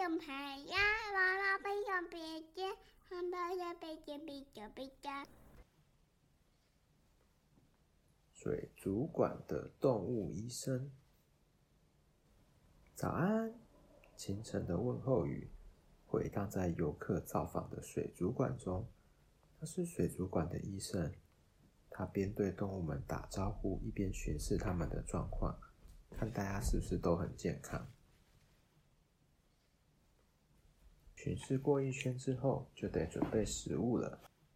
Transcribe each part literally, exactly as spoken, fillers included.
用牌呀，娃娃不用别针，汉堡要别针，别针别针。 水族馆的动物医生，早安！清晨的问候语回荡在游客造访的水族馆中。他是水族馆的医生，他边对动物们打招呼，一边巡视他们的状况，看大家是不是都很健康。巡视过一圈之后，就得准备食物了。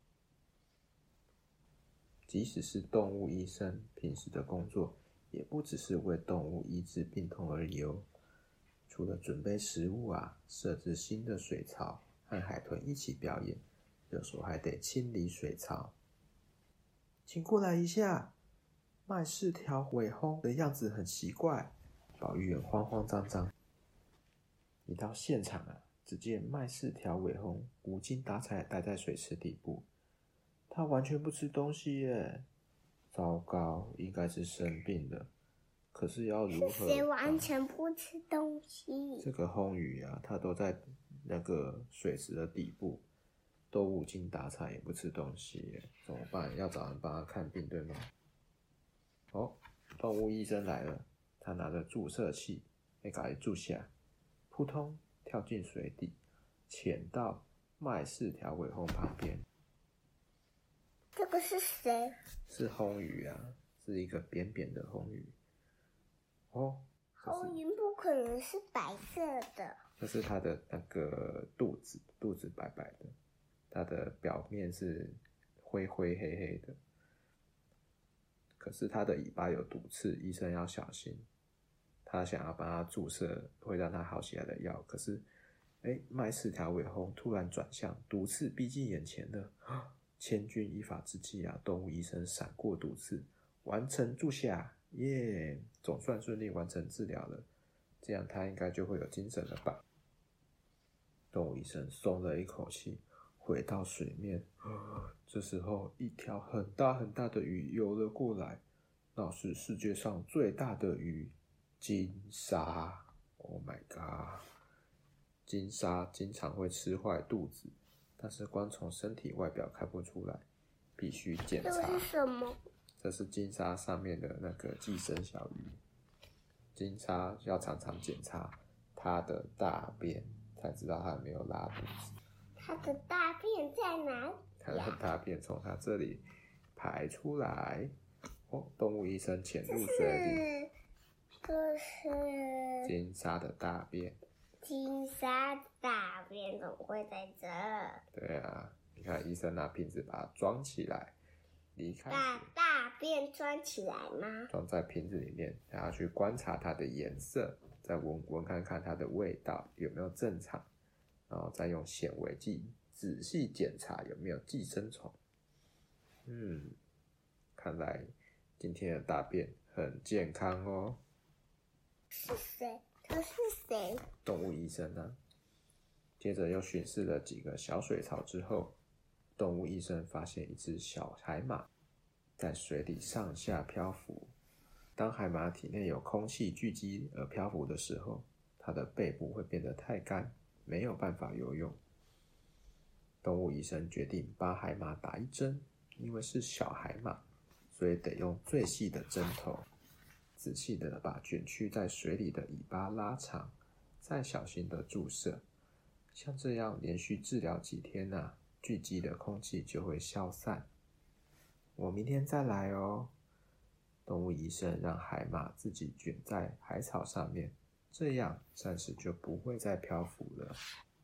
即使是动物医生，平时的工作也不只是为动物医治病痛而已哦。除了准备食物啊，设置新的水槽，和海豚一起表演，有时候还得清理水槽。请过来一下，麦氏条尾鸫的样子很奇怪，保育员慌慌张张。一到现场啊，只见麦氏条尾鸫无精打采待在水池底部。它完全不吃东西耶！糟糕，应该是生病了。可是要如何？ 是谁完全不吃东西？ 这个鸫鱼啊，它都在那个水池的底部，都无精打采，也不吃东西耶，怎么办？要找人帮它看病，对吗？哦，动物医生来了，他拿着注射器，给它注下，扑通跳进水底，潜到麦氏条尾鸫旁边。 这个是谁？ 是鸫鱼啊，是一个扁扁的鸫鱼。哦， 鸫鱼不可能是白色的。 这是它的那个肚子，肚子白白的，它的表面是灰灰黑黑的。可是它的尾巴有毒刺，医生要小心。他想要帮它注射会让它好起来的药，可是，哎，麦氏条尾鸫突然转向，毒刺逼近眼前了。千钧一发之际啊，动物医生闪过毒刺，完成注下，耶！总算顺利完成治疗了，这样他应该就会有精神了吧？动物医生松了一口气，回到水面。这时候，一条很大很大的鱼游了过来，那是世界上最大的鱼——金鲨。Oh my god！ 金鲨经常会吃坏肚子。但是光从身体外表看不出来，必须检查。 这是什么？ 这是金鲨上面的那个寄生小鱼。金鲨要常常检查它的大便，才知道它有没有拉肚子。 它的大便在哪里？ 它的大便从它这里排出来。哦，动物医生潜入水里。 这是金鲨的大便。 金鲨大便怎么会在这？ 对啊，你看医生拿瓶子把它装起来，离开。 把大便装起来吗？ 装在瓶子里面，然后去观察它的颜色，再闻闻看看它的味道有没有正常，然后再用显微镜仔细检查有没有寄生虫。嗯，看来今天的大便很健康哦。 是谁？他是谁？ 动物医生啊。接着又巡视了几个小水槽之后，动物医生发现一只小海马在水里上下漂浮。当海马体内有空气聚集而漂浮的时候，它的背部会变得太干，没有办法游泳。动物医生决定帮海马打一针，因为是小海马，所以得用最细的针头，仔细的把卷曲在水里的尾巴拉长，再小心的注射。像这样连续治疗几天啊，聚集的空气就会消散。我明天再来哦。动物医生让海马自己卷在海草上面，这样暂时就不会再漂浮了。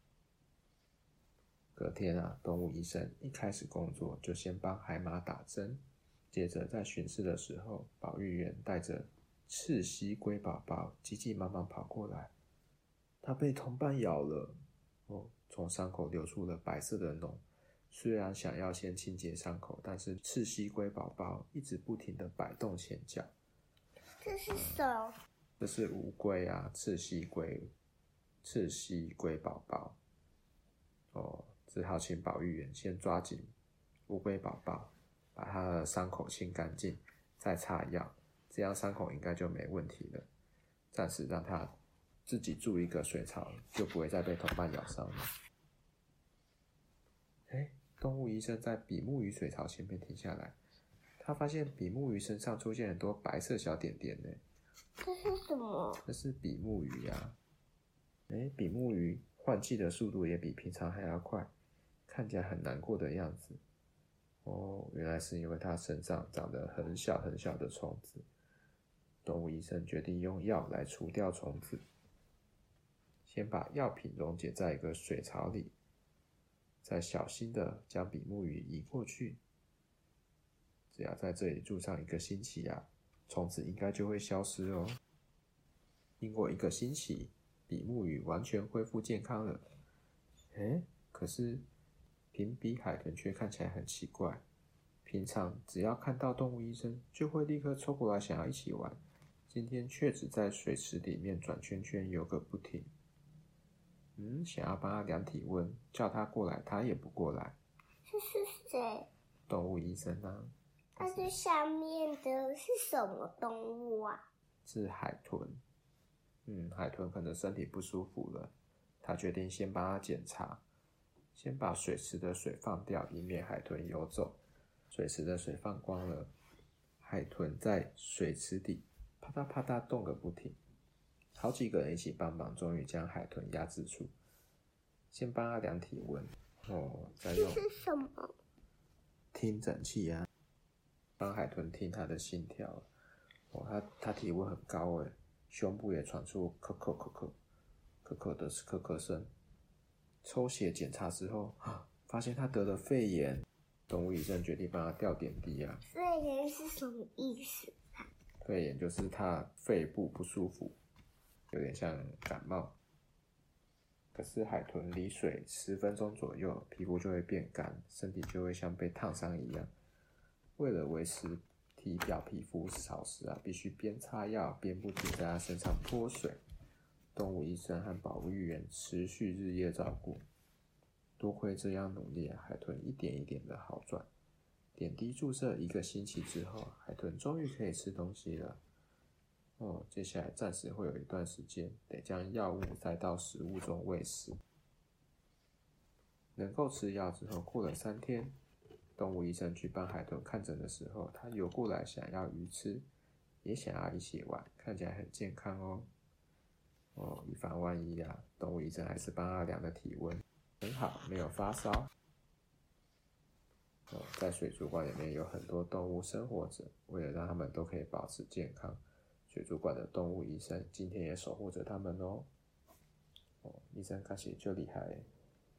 隔天啊，动物医生一开始工作就先帮海马打针，接着在巡视的时候，保育员带着赤蜥龟宝宝急急忙忙跑过来，它被同伴咬了。哦，从伤口流出了白色的脓。虽然想要先清洁伤口，但是赤蜥龟宝宝一直不停地摆动前脚。 这是什么？ 这是乌龟啊，赤蜥龟，赤蜥龟宝宝。哦，只好请保育员先抓紧乌龟宝宝，把它的伤口清干净，再擦药，这样伤口应该就没问题了。暂时让它自己筑一个水槽，就不会再被同伴咬伤了。哎，动物医生在比目鱼水槽前面停下来，他发现比目鱼身上出现很多白色小点点呢。 这是什么？ 这是比目鱼呀。哎，比目鱼换气的速度也比平常还要快，看起来很难过的样子。哦，原来是因为它身上长得很小很小的虫子。动物医生决定用药来除掉虫子。先把药品溶解在一个水槽里，再小心的将比目鱼移过去。只要在这里住上一个星期啊，虫子应该就会消失哦。经过一个星期，比目鱼完全恢复健康了。诶，可是评比海豚却看起来很奇怪。平常只要看到动物医生，就会立刻凑过来想要一起玩，今天却只在水池里面转圈圈游个不停。嗯，想要帮他量体温，叫他过来，他也不过来。 这是谁？ 动物医生啊。 它这下面的是什么动物啊？ 是海豚。嗯，海豚可能身体不舒服了，他决定先帮他检查，先把水池的水放掉，以免海豚游走。水池的水放光了，海豚在水池底啪嗒啪嗒动个不停。好几个人一起帮忙，终于将海豚压制住。先帮他量体温，哦，再用这是什么？ 听诊器啊，帮海豚听他的心跳。哦，他他体温很高诶，胸部也传出咳咳咳咳咳咳的咳咳声。抽血检查之后，发现他得了肺炎。动物医生决定帮他吊点滴啊。 肺炎是什么意思？ 肺炎就是他肺部不舒服，有点像感冒。可是海豚离水十分钟左右，皮肤就会变干，身体就会像被烫伤一样。为了维持体表皮肤潮湿啊，必须边擦药边不停在它身上泼水。动物医生和保育员持续日夜照顾。多亏这样努力，海豚一点一点的好转。点滴注射一个星期之后，海豚终于可以吃东西了。哦，接下来暂时会有一段时间得将药物塞到食物中喂食。能够吃药之后，过了三天，动物医生去帮海豚看诊的时候，他游过来想要鱼吃，也想要一起玩，看起来很健康哦。哦，以防万一啊，动物医生还是帮他量了体温，很好，没有发烧。哦，在水族馆里面有很多动物生活着，为了让它们都可以保持健康，水族馆的动物医生今天也守护着它们哦。哦，医生看起来就厉害耶。